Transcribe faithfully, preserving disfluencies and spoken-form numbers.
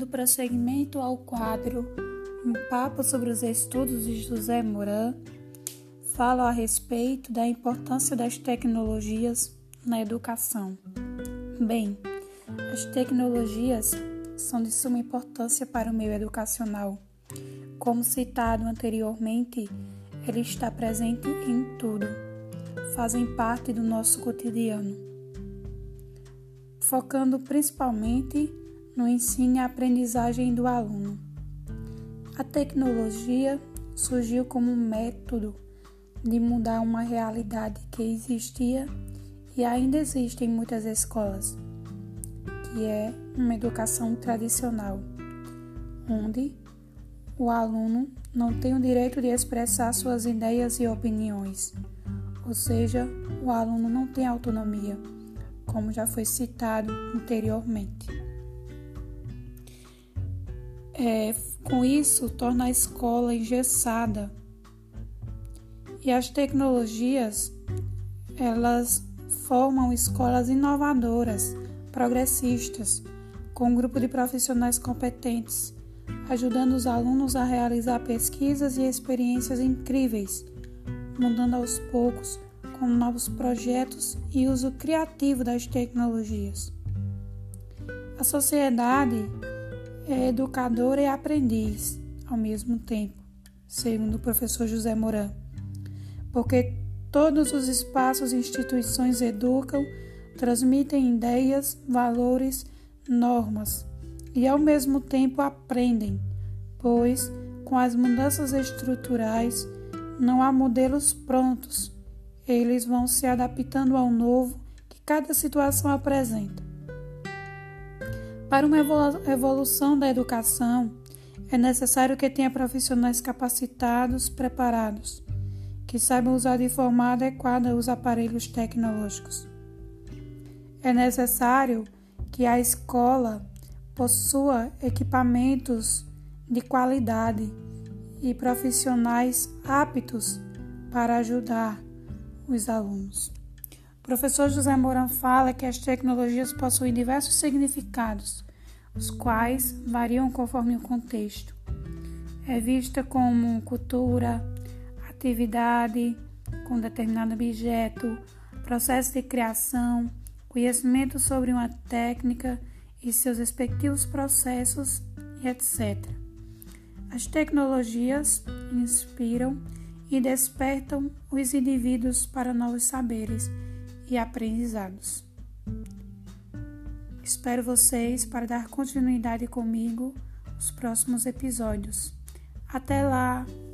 Dando prosseguimento ao quadro Um Papo sobre os Estudos de José Moran, falo a respeito da importância das tecnologias na educação. Bem, as tecnologias são de suma importância para o meio educacional. Como citado anteriormente, ele está presente em tudo, fazem parte do nosso cotidiano, focando principalmente no ensino e aprendizagem do aluno. A tecnologia surgiu como um método de mudar uma realidade que existia e ainda existe em muitas escolas, que é uma educação tradicional, onde o aluno não tem o direito de expressar suas ideias e opiniões, ou seja, o aluno não tem autonomia, como já foi citado anteriormente. É, com isso, torna a escola engessada. E as tecnologias, elas formam escolas inovadoras, progressistas, com um grupo de profissionais competentes, ajudando os alunos a realizar pesquisas e experiências incríveis, mudando aos poucos com novos projetos e uso criativo das tecnologias. A sociedade é educadora e aprendiz ao mesmo tempo, segundo o professor José Moran, porque todos os espaços e instituições educam, transmitem ideias, valores, normas e ao mesmo tempo aprendem, pois com as mudanças estruturais não há modelos prontos, eles vão se adaptando ao novo que cada situação apresenta. Para uma evolução da educação, é necessário que tenha profissionais capacitados, preparados, que saibam usar de forma adequada os aparelhos tecnológicos. É necessário que a escola possua equipamentos de qualidade e profissionais aptos para ajudar os alunos. O professor José Moran fala que as tecnologias possuem diversos significados, os quais variam conforme o contexto. É vista como cultura, atividade com determinado objeto, processo de criação, conhecimento sobre uma técnica e seus respectivos processos, e etcétera. As tecnologias inspiram e despertam os indivíduos para novos saberes e aprendizados. Espero vocês para dar continuidade comigo nos próximos episódios. Até lá!